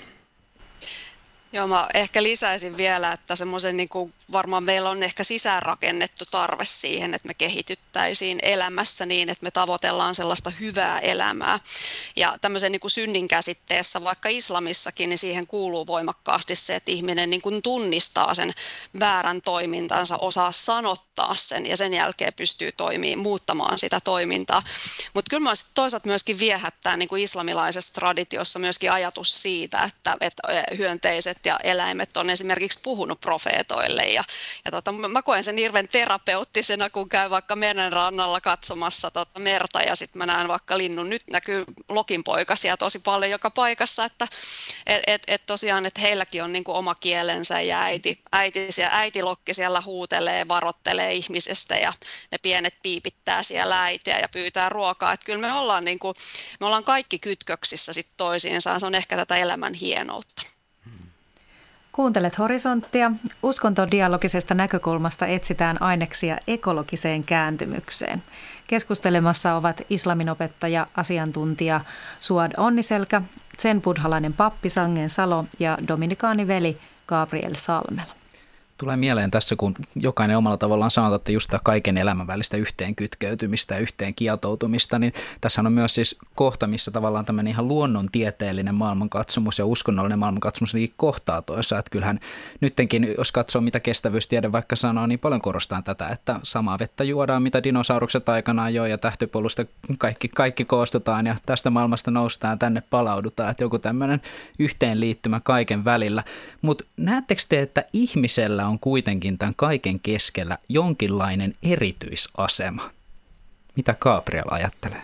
[SPEAKER 5] Joo, mä ehkä lisäisin vielä, että semmoisen niin kuin varmaan meillä on ehkä sisäänrakennettu tarve siihen, että me kehityttäisiin elämässä niin, että me tavoitellaan sellaista hyvää elämää. Ja tämmöisen niin kuin synnin käsitteessä, vaikka islamissakin, niin siihen kuuluu voimakkaasti se, että ihminen niin kuin tunnistaa sen väärän toimintansa, osaa sanottaa sen ja sen jälkeen pystyy toimimaan, muuttamaan sitä toimintaa. Mutta kyllä mä toisaalta myöskin viehättää niin kuin islamilaisessa traditiossa myöskin ajatus siitä, että, että hyönteiset ja eläimet on esimerkiksi puhunut profeetoille ja, ja tota, mä koen sen hirveän terapeuttisena, kun käy vaikka meren rannalla katsomassa tota merta ja sitten mä näen vaikka linnun, nyt näkyy lokinpoikasia tosi paljon joka paikassa, että et, et, et tosiaan, että heilläkin on niinku oma kielensä ja äiti, äiti, äitilokki siellä huutelee, varottelee ihmisestä ja ne pienet piipittää siellä äitiä ja pyytää ruokaa, että kyllä me ollaan, niinku, me ollaan kaikki kytköksissä sit toisiinsa, se on ehkä tätä elämän hienoutta.
[SPEAKER 3] Kuuntelet Horisonttia. Uskontodialogisesta näkökulmasta etsitään aineksia ekologiseen kääntymykseen. Keskustelemassa ovat islaminopettaja, asiantuntija Suad Onniselkä, zen-buddhalainen pappi Sangen Salo ja dominikaaniveli Gabriel Salmela.
[SPEAKER 2] Tulee mieleen tässä, kun jokainen omalla tavallaan sanotaan, että just tämä kaiken elämän välistä yhteenkytkeytymistä ja yhteen kietoutumista, niin tässä on myös siis kohta, missä tavallaan tämmöinen ihan luonnontieteellinen maailmankatsomus ja uskonnollinen maailmankatsomus kohtaa toissa. Että kyllähän nyttenkin, jos katsoo mitä kestävyystiede vaikka sanoo, niin paljon korostaa tätä, että samaa vettä juodaan, mitä dinosaurukset aikanaan joi ja tähtypolusta kaikki, kaikki koostutaan ja tästä maailmasta noustaan, tänne palaudutaan. Että joku tämmöinen yhteenliittymä kaiken välillä. Mutta näettekö te, että ihmisellä on kuitenkin tämän kaiken keskellä jonkinlainen erityisasema? Mitä Gabriel ajattelee?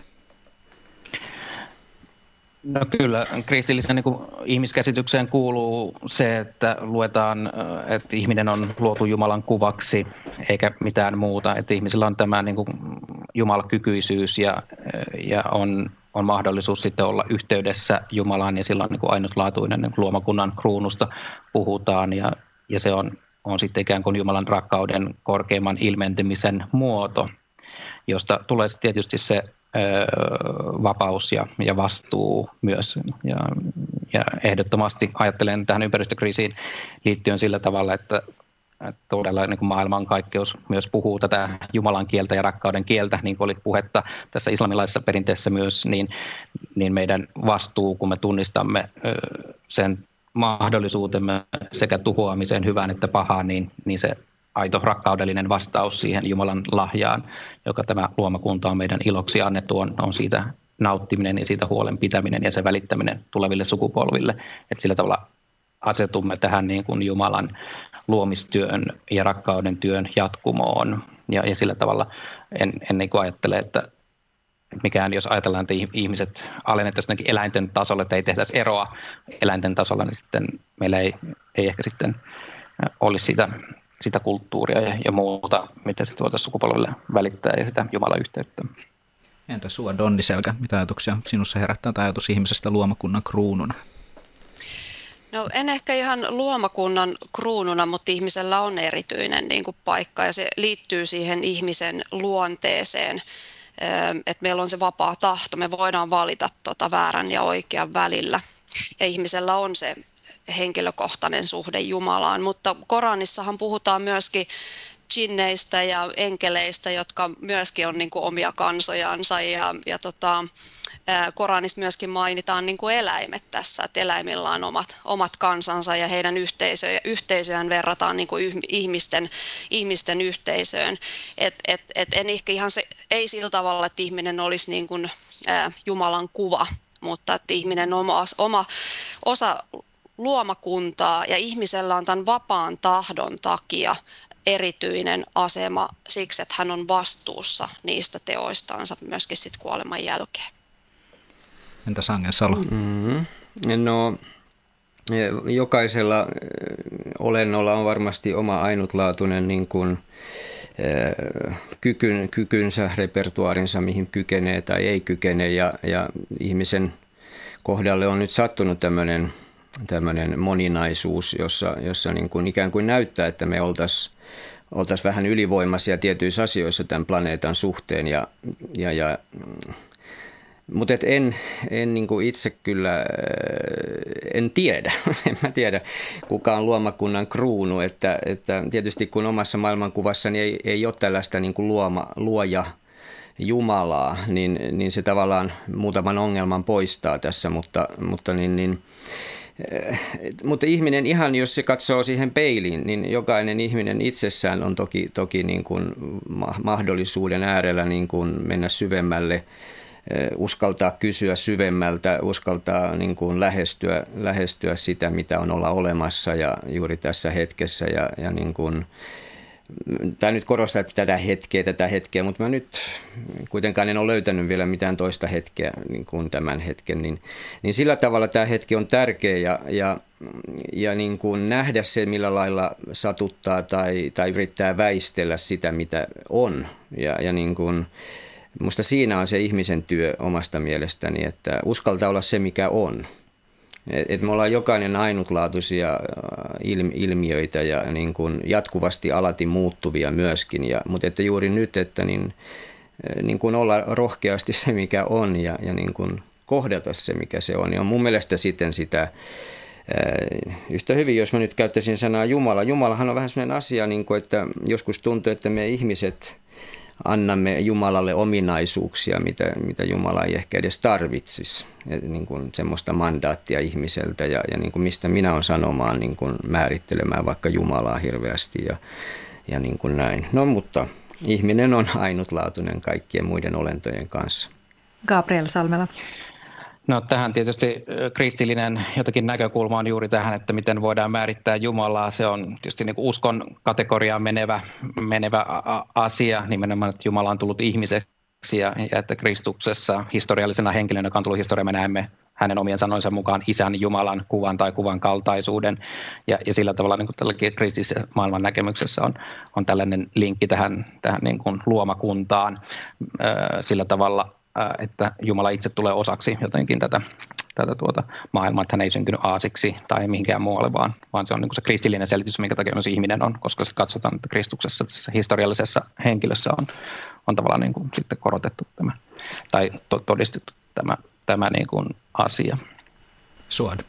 [SPEAKER 4] No kyllä, kristillisen niin kuin ihmiskäsitykseen kuuluu se, että luetaan, että ihminen on luotu Jumalan kuvaksi eikä mitään muuta. Että ihmisillä on tämä niin kuin jumalakykyisyys ja, ja on, on mahdollisuus sitten olla yhteydessä Jumalaan ja silloin niin kuin ainutlaatuinen niin kuin luomakunnan kruunusta puhutaan ja, ja se on on sitten ikään kuin Jumalan rakkauden korkeimman ilmentymisen muoto, josta tulee tietysti se ö, vapaus ja, ja vastuu myös. Ja, ja ehdottomasti ajattelen tähän ympäristökriisiin liittyen sillä tavalla, että, että todella niin kuin maailmankaikkeus myös puhuu tätä Jumalan kieltä ja rakkauden kieltä, niin kuin oli puhetta tässä islamilaisessa perinteessä myös, niin, niin meidän vastuu, kun me tunnistamme ö, sen mahdollisuutemme sekä tuhoamiseen hyvään että pahaan, niin, niin se aito rakkaudellinen vastaus siihen Jumalan lahjaan, joka tämä luomakunta on meidän iloksi annettu, on, on siitä nauttiminen ja siitä huolen pitäminen ja se välittäminen tuleville sukupolville. Että sillä tavalla asetumme tähän niin kuin Jumalan luomistyön ja rakkauden työn jatkumoon. Ja, ja sillä tavalla en, en niin kuin ajattele, että mikään, jos ajatellaan, että ihmiset alennettaisiin eläinten tasolle, että ei tehtäisi eroa eläinten tasolla, niin sitten meillä ei, ei ehkä sitten olisi sitä, sitä kulttuuria ja, ja muuta, mitä sitten voitaisiin sukupolvelle välittää ja sitä Jumalan yhteyttä.
[SPEAKER 2] Entä Suad Onniselkä, mitä ajatuksia sinussa herättää tämä ajatus ihmisestä luomakunnan kruununa?
[SPEAKER 5] No en ehkä ihan luomakunnan kruununa, mutta ihmisellä on erityinen niin kuin paikka ja se liittyy siihen ihmisen luonteeseen. Että meillä on se vapaa tahto, me voidaan valita tota väärän ja oikean välillä ja ihmisellä on se henkilökohtainen suhde Jumalaan, mutta Koranissahan puhutaan myöskin djinneistä ja enkeleistä, jotka myöskin on niin kuin omia kansojansa ja, ja tota, Koranissa myöskin mainitaan niin kuin eläimet tässä, että eläimillä on omat, omat kansansa ja heidän yhteisöjä, yhteisöjään verrataan niin kuin ihmisten, ihmisten yhteisöön. Et, et, et en ehkä ihan se, ei sillä tavalla, että ihminen olisi niin kuin, ää, Jumalan kuva, mutta että ihminen on oma, oma osa luomakuntaa ja ihmisellä on tämän vapaan tahdon takia erityinen asema siksi, että hän on vastuussa niistä teoistansa myöskin sit kuoleman jälkeen.
[SPEAKER 2] Entä Sangen Salo?
[SPEAKER 6] Mm-hmm. No, jokaisella olennolla on varmasti oma ainutlaatuinen niin kuin, kykyn, kykynsä, repertuaarinsa, mihin kykenee tai ei kykene. Ja, ja ihmisen kohdalle on nyt sattunut tämmöinen, tämmöinen moninaisuus, jossa, jossa niin kuin ikään kuin näyttää, että me oltaisiin oltaisiin vähän ylivoimaisia tietyissä asioissa tämän planeetan suhteen. Ja, ja, ja, mutta en, en niin kuin itse kyllä, en tiedä, en mä tiedä kuka on luomakunnan kruunu. Että, että tietysti kun omassa maailmankuvassani ei, ei ole tällaista niin kuin luoma, luoja Jumalaa, niin, niin se tavallaan muutaman ongelman poistaa tässä, mutta, mutta niin... niin Mutta ihminen ihan, jos se katsoo siihen peiliin, niin jokainen ihminen itsessään on toki, toki niin kuin mahdollisuuden äärellä niin kuin mennä syvemmälle, uskaltaa kysyä syvemmältä, uskaltaa niin kuin lähestyä, lähestyä sitä, mitä on olla olemassa ja juuri tässä hetkessä. Ja, ja niin kuin, tämä nyt korostaa tätä hetkeä, tätä hetkeä, mutta mä nyt kuitenkaan en ole löytänyt vielä mitään toista hetkeä niin kuin tämän hetken. Niin, niin sillä tavalla tämä hetki on tärkeä ja, ja, ja niin kuin nähdä se, millä lailla satuttaa tai, tai yrittää väistellä sitä, mitä on. Ja, ja niin kuin, musta siinä on se ihmisen työ omasta mielestäni, että uskaltaa olla se, mikä on. Et me ollaan jokainen ainutlaatuisia ilmiöitä ja niin kuin jatkuvasti alati muuttuvia myöskin, ja, mutta että juuri nyt, että niin, niin kuin olla rohkeasti se, mikä on, ja, ja niin kuin kohdata se, mikä se on. Ja mun mielestä sitten sitä yhtä hyvin, jos mä nyt käyttäisin sanaa Jumala. Jumalahan on vähän sellainen asia, niin kuin, että joskus tuntuu, että me ihmiset annamme Jumalalle ominaisuuksia, mitä, mitä Jumala ei ehkä edes tarvitsisi. Et niin kuin semmoista mandaattia ihmiseltä ja, ja niin kuin mistä minä olen sanomaan, niin kuin määrittelemään vaikka Jumalaa hirveästi ja, ja niin kuin näin. No mutta ihminen on ainutlaatuinen kaikkien muiden olentojen kanssa.
[SPEAKER 3] Gabriel Salmela.
[SPEAKER 4] No tähän tietysti kristillinen jotakin näkökulma on juuri tähän, että miten voidaan määrittää Jumalaa. Se on tietysti niin kuin uskon kategoriaan menevä, menevä asia, nimenomaan, että Jumala on tullut ihmiseksi ja, ja että Kristuksessa historiallisena henkilönä, joka on tullut historiaan, me näemme hänen omien sanoinsa mukaan isän Jumalan kuvan tai kuvan kaltaisuuden. Ja, ja sillä tavalla niin kuin tälläkin kristillisessä maailman näkemyksessä on, on tällainen linkki tähän, tähän niin kuin luomakuntaan sillä tavalla, että Jumala itse tulee osaksi jotenkin tätä, tätä tuota maailmaa, että hän ei syntynyt aasiksi tai mihinkään muualle, vaan, vaan se on niin kuin se kristillinen selitys, minkä takia myös ihminen on, koska se katsotaan, että Kristuksessa tässä historiallisessa henkilössä on, on tavallaan niin kuin sitten korotettu tämä, tai to, todistettu tämä, tämä niin kuin asia.
[SPEAKER 2] Suod.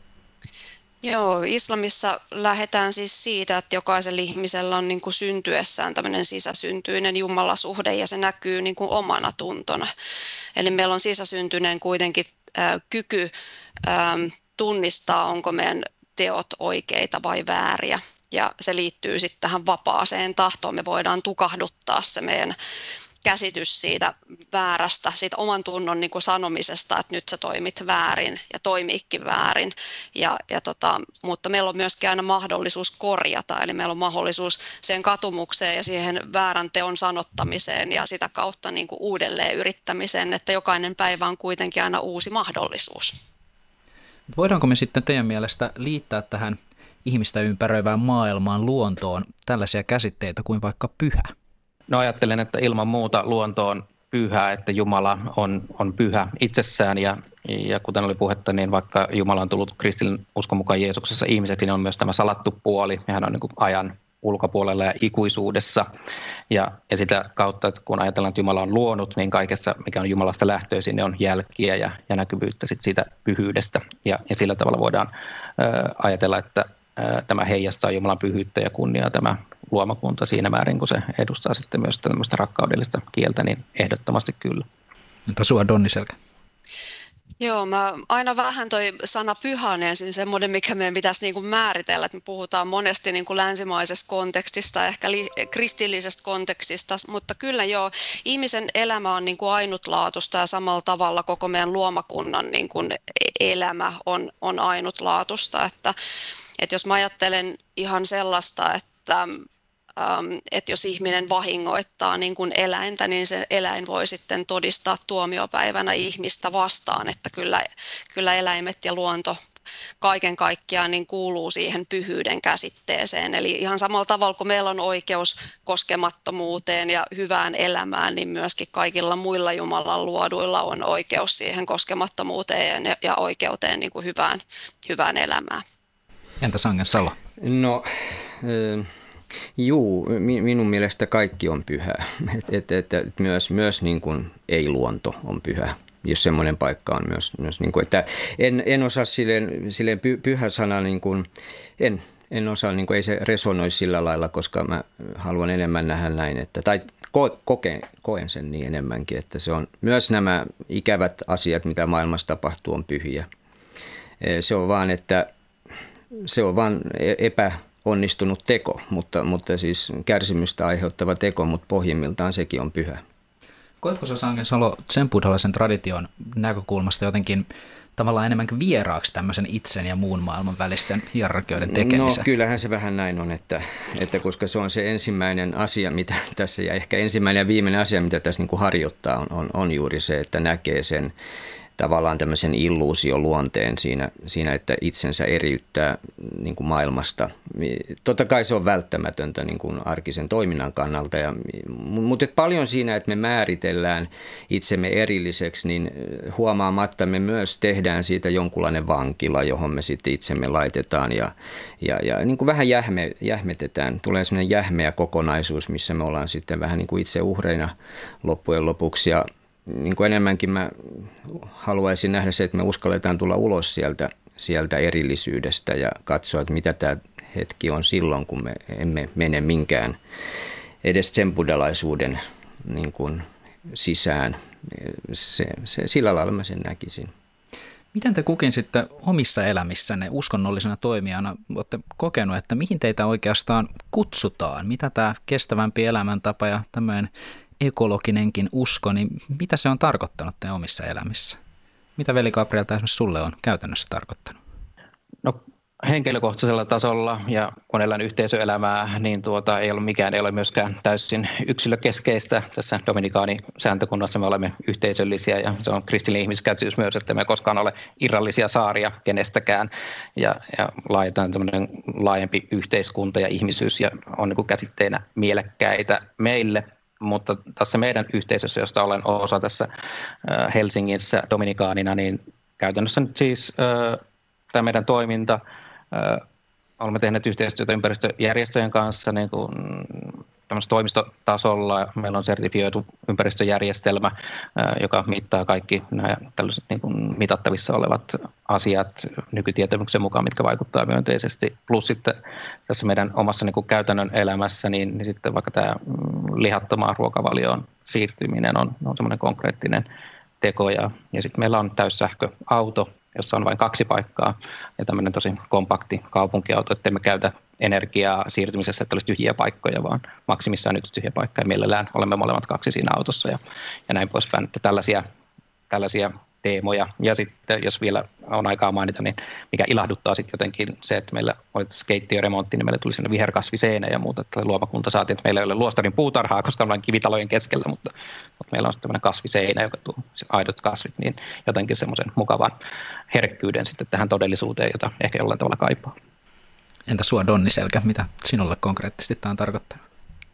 [SPEAKER 5] Joo, islamissa lähdetään siis siitä, että jokaisella ihmisellä on niin kuin syntyessään tämmöinen sisäsyntyinen jumalasuhde ja se näkyy niin kuin omana tuntona. Eli meillä on sisäsyntyinen kuitenkin äh, kyky äh, tunnistaa, onko meidän teot oikeita vai vääriä. Ja se liittyy sitten tähän vapaaseen tahtoon. Me voidaan tukahduttaa se meidän käsitys siitä väärästä, siitä oman tunnon niin kuin sanomisesta, että nyt sä toimit väärin ja toimiikin väärin. Ja, ja tota, mutta meillä on myöskin aina mahdollisuus korjata, eli meillä on mahdollisuus siihen katumukseen ja siihen väärän teon sanottamiseen ja sitä kautta niin kuin uudelleen yrittämiseen, että jokainen päivä on kuitenkin aina uusi mahdollisuus.
[SPEAKER 2] Voidaanko me sitten teidän mielestä liittää tähän ihmistä ympäröivään maailmaan, luontoon tällaisia käsitteitä kuin vaikka pyhä?
[SPEAKER 4] No ajattelen, että ilman muuta luonto on pyhä, että Jumala on, on pyhä itsessään ja, ja kuten oli puhetta, niin vaikka Jumala on tullut kristillinen uskon mukaan Jeesuksessa ihmiseksi, niin on myös tämä salattu puoli ja hän on niin kuin ajan ulkopuolella ja ikuisuudessa ja, ja sitä kautta, että kun ajatellaan, että Jumala on luonut, niin kaikessa, mikä on Jumalasta lähtöisin, niin on jälkiä ja, ja näkyvyyttä sit siitä pyhyydestä ja, ja sillä tavalla voidaan ää, ajatella, että ää, tämä heijastaa Jumalan pyhyyttä ja kunniaa tämä luomakunta siinä määrin, kun se edustaa sitten myös tämmöistä rakkaudellista kieltä, niin ehdottomasti kyllä.
[SPEAKER 2] Entä sua, Donni Selkä?
[SPEAKER 5] Joo, mä aina vähän toi sana pyhä on ensin semmoinen, mikä meidän pitäisi niin kuin määritellä, että me puhutaan monesti niin kuin länsimaisesta kontekstista, ehkä li- kristillisestä kontekstista, mutta kyllä joo, ihmisen elämä on niin kuin ainutlaatuista ja samalla tavalla koko meidän luomakunnan niin kuin elämä on, on ainutlaatuista, että, että jos mä ajattelen ihan sellaista, että että jos ihminen vahingoittaa niin kuin eläintä, niin se eläin voi sitten todistaa tuomiopäivänä ihmistä vastaan, että kyllä, kyllä eläimet ja luonto kaiken kaikkiaan niin kuuluu siihen pyhyyden käsitteeseen. Eli ihan samalla tavalla kuin meillä on oikeus koskemattomuuteen ja hyvään elämään, niin myöskin kaikilla muilla Jumalan luoduilla on oikeus siihen koskemattomuuteen ja oikeuteen niin kuin hyvään, hyvään elämään.
[SPEAKER 2] Entä Sangen Salo?
[SPEAKER 6] No... Äh... Juu, minun mielestä kaikki on pyhää. Et, et, et, myös myös niin kuin ei-luonto on pyhä, jos semmoinen paikka on myös. myös niin kuin, että en, en osaa silleen, silleen py, pyhä sana, niin kuin, en, en osaa, niin kuin, ei se resonoi sillä lailla, koska mä haluan enemmän nähdä näin, että, tai ko, koke, koen sen niin enemmänkin, että se on myös nämä ikävät asiat, mitä maailmassa tapahtuu, on pyhiä. Se on vaan, että se on vaan epä... onnistunut teko, mutta, mutta siis kärsimystä aiheuttava teko, mutta pohjimmiltaan sekin on pyhä.
[SPEAKER 2] Koetko sä, Sangen Salo, zen-buddhalaisen tradition näkökulmasta jotenkin tavallaan enemmänkin vieraaksi tämmöisen itsen ja muun maailman välisten hierarkioiden tekemisen?
[SPEAKER 6] No kyllähän se vähän näin on, että, että koska se on se ensimmäinen asia, mitä tässä, ja ehkä ensimmäinen ja viimeinen asia, mitä tässä niin kuin harjoittaa, on, on, on juuri se, että näkee sen tavallaan tämmöisen illuusioluonteen siinä, siinä, että itsensä eriyttää niin kuin maailmasta. Totta kai se on välttämätöntä niin kuin arkisen toiminnan kannalta, ja, mutta paljon siinä, että me määritellään itsemme erilliseksi, niin huomaamatta me myös tehdään siitä jonkunlainen vankila, johon me sitten itsemme laitetaan ja, ja, ja niin kuin vähän jähme, jähmetetään. Tulee sellainen jähmeä kokonaisuus, missä me ollaan sitten vähän niin kuin itse uhreina loppujen lopuksi, ja niin kuin enemmänkin mä haluaisin nähdä se, että me uskalletaan tulla ulos sieltä, sieltä erillisyydestä ja katsoa, että mitä tämä hetki on silloin, kun me emme mene minkään edes zen-buddhalaisuuden niin kuin sisään. Se, se, sillä lailla mä sen näkisin.
[SPEAKER 2] Miten te kukin sitten omissa elämissänne uskonnollisena toimijana olette kokenut, että mihin teitä oikeastaan kutsutaan? Mitä tämä kestävämpi elämäntapa ja tämmöinen ekologinenkin usko, niin mitä se on tarkoittanut teidän omissa elämissä? Mitä veli Gabriel esimerkiksi sulle on käytännössä tarkoittanut?
[SPEAKER 4] No henkilökohtaisella tasolla ja kun elän yhteisöelämää, niin tuota, ei ole mikään ei ole myöskään täysin yksilökeskeistä. Tässä Dominikaani-sääntökunnassa me olemme yhteisöllisiä ja se on kristillinen ihmiskäsitys myös, että me ei koskaan ole irrallisia saaria kenestäkään ja, ja laitetaan tämmöinen laajempi yhteiskunta ja ihmisyys ja on niin kuin käsitteinä mielekkäitä meille. Mutta tässä meidän yhteisössä, josta olen osa tässä Helsingissä dominikaanina, niin käytännössä nyt siis tämä meidän toiminta, olemme tehneet yhteistyötä ympäristöjärjestöjen kanssa niin kuin tämmöisellä toimistotasolla. Meillä on sertifioitu ympäristöjärjestelmä, joka mittaa kaikki nämä tällaiset niin kuin mitattavissa olevat asiat nykytietämyksen mukaan, mitkä vaikuttaa myönteisesti. Plus sitten tässä meidän omassa niin kuin käytännön elämässä, niin, niin sitten vaikka tämä lihattomaan ruokavalioon siirtyminen on, on semmoinen konkreettinen teko. Ja, ja sitten meillä on täyssähköauto, jossa on vain kaksi paikkaa ja tämmöinen tosi kompakti kaupunkiauto, ettei me käytä energiaa siirtymisessä, että olisi tyhjiä paikkoja, vaan maksimissaan yksi tyhjä paikka ja mielellään olemme molemmat kaksi siinä autossa ja, ja näin poispäin, että tällaisia, tällaisia teemoja. Ja sitten jos vielä on aikaa mainita, niin mikä ilahduttaa sitten jotenkin se, että meillä oli keittiöremontti, niin meille tuli sinne viherkasviseinä ja muuta, että luomakunta saatiin, että meillä ei ole luostarin puutarhaa, koska ollaan kivitalojen keskellä, mutta, mutta meillä on sitten tämmöinen kasviseinä, joka tuo aidot kasvit, niin jotenkin semmoisen mukavan herkkyyden sitten tähän todellisuuteen, jota ehkä jollain tavalla kaipaa.
[SPEAKER 2] Entä sua Donni Selkä, mitä sinulle konkreettisesti tämä on tarkoittanut?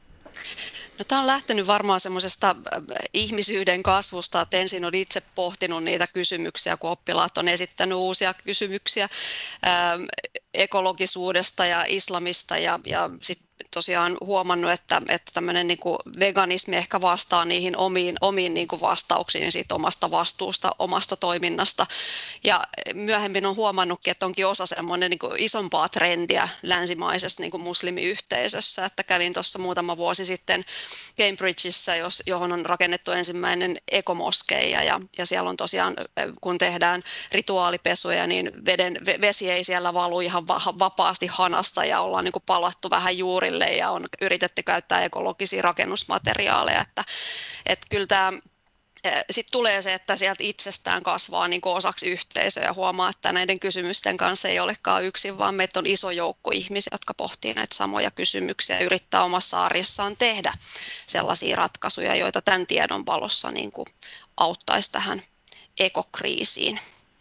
[SPEAKER 5] No, tämä on lähtenyt varmaan semmoisesta ihmisyyden kasvusta, että ensin olen itse pohtinut niitä kysymyksiä, kun oppilaat on esittänyt uusia kysymyksiä ää, ekologisuudesta ja islamista ja, ja sitten tosiaan huomannut, että, että tämmöinen niin kuin veganismi ehkä vastaa niihin omiin, omiin niin kuin vastauksiin siitä omasta vastuusta, omasta toiminnasta. Ja myöhemmin on huomannutkin, että onkin osa semmoinen niin kuin isompaa trendiä länsimaisessa niin kuin muslimiyhteisössä. Että kävin tuossa muutama vuosi sitten Cambridgeissa, jos, johon on rakennettu ensimmäinen ekomoskeija. Ja, ja siellä on tosiaan, kun tehdään rituaalipesuja, niin veden, vesi ei siellä valu ihan vapaasti hanasta ja ollaan niin kuin palattu vähän juurille ja on yritetty käyttää ekologisia rakennusmateriaaleja, että, että kyllä tämä sitten tulee se, että sieltä itsestään kasvaa niin kuin osaksi yhteisöä ja huomaa, että näiden kysymysten kanssa ei olekaan yksin, vaan meitä on iso joukko ihmisiä, jotka pohtii näitä samoja kysymyksiä ja yrittää omassa arjessaan tehdä sellaisia ratkaisuja, joita tämän tiedon valossa niin kuin auttaisi tähän ekokriisiin.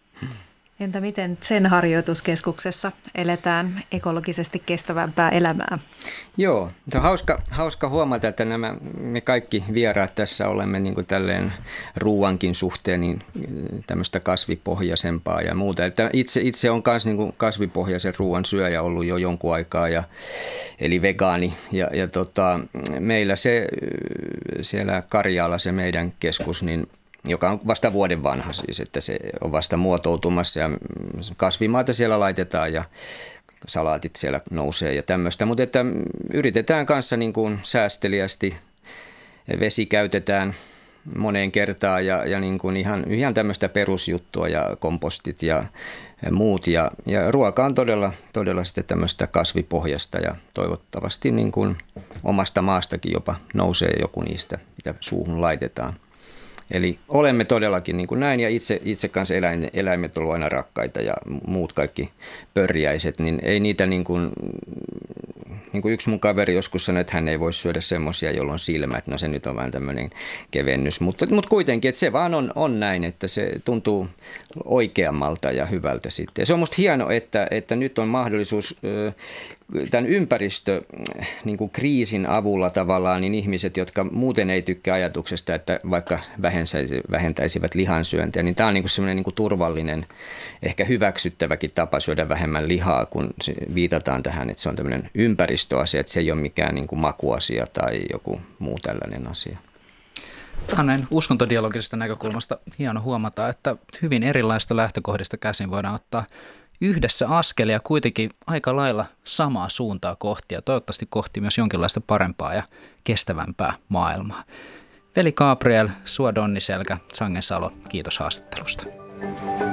[SPEAKER 3] Entä miten sen harjoituskeskuksessa eletään ekologisesti kestävämpää elämää?
[SPEAKER 6] Joo, on hauska, hauska huomata, että nämä, me kaikki vieraat tässä olemme niin kuin tälleen ruuankin suhteen niin tämmöistä kasvipohjaisempaa ja muuta. Että itse, itse on myös niin kuin kasvipohjaisen ruuan syöjä ollut jo jonkun aikaa, ja, eli vegaani. Ja, ja tota, meillä se siellä Karjaalla se meidän keskus, niin joka on vasta vuoden vanha siis, että se on vasta muotoutumassa ja kasvimaata siellä laitetaan ja salaatit siellä nousee ja tämmöistä. Mutta että yritetään kanssa niin kuin säästeliästi, vesi käytetään moneen kertaan ja, ja niin kuin ihan, ihan tämmöistä perusjuttua ja kompostit ja muut. Ja, ja ruoka on todella, todella sitten tämmöistä kasvipohjasta ja toivottavasti niin kuin omasta maastakin jopa nousee joku niistä, mitä suuhun laitetaan. Eli olemme todellakin niin kuin näin ja itse, itse kanssa eläin, eläimet ovat aina rakkaita ja muut kaikki pörjäiset, niin ei niitä niin kuin Niin kuin yksi mun kaveri joskus sanoi, että hän ei voi syödä semmoisia, jolla on silmät. No se nyt on vähän tämmöinen kevennys, mutta, mutta kuitenkin, että se vaan on, on näin, että se tuntuu oikeammalta ja hyvältä sitten. Ja se on musta hieno, että, että nyt on mahdollisuus tämän ympäristö niin kuin kriisin avulla tavallaan, niin ihmiset, jotka muuten ei tykkää ajatuksesta, että vaikka vähentäisivät lihansyöntiä, niin tämä on niin kuin semmoinen niin kuin turvallinen, ehkä hyväksyttäväkin tapa syödä vähemmän lihaa, kun viitataan tähän, että se on tämmöinen ympäristöasia, että se ei ole mikään niin kuin makuasia tai joku muu tällainen asia.
[SPEAKER 2] Tämä on näin uskontodialogisesta näkökulmasta hieno huomata, että hyvin erilaista lähtökohdista käsin voidaan ottaa yhdessä askelia kuitenkin aika lailla samaa suuntaa kohti ja toivottavasti kohti myös jonkinlaista parempaa ja kestävämpää maailmaa. Veli Gabriel, Sua Donniselkä, Sangen Salo, kiitos haastattelusta.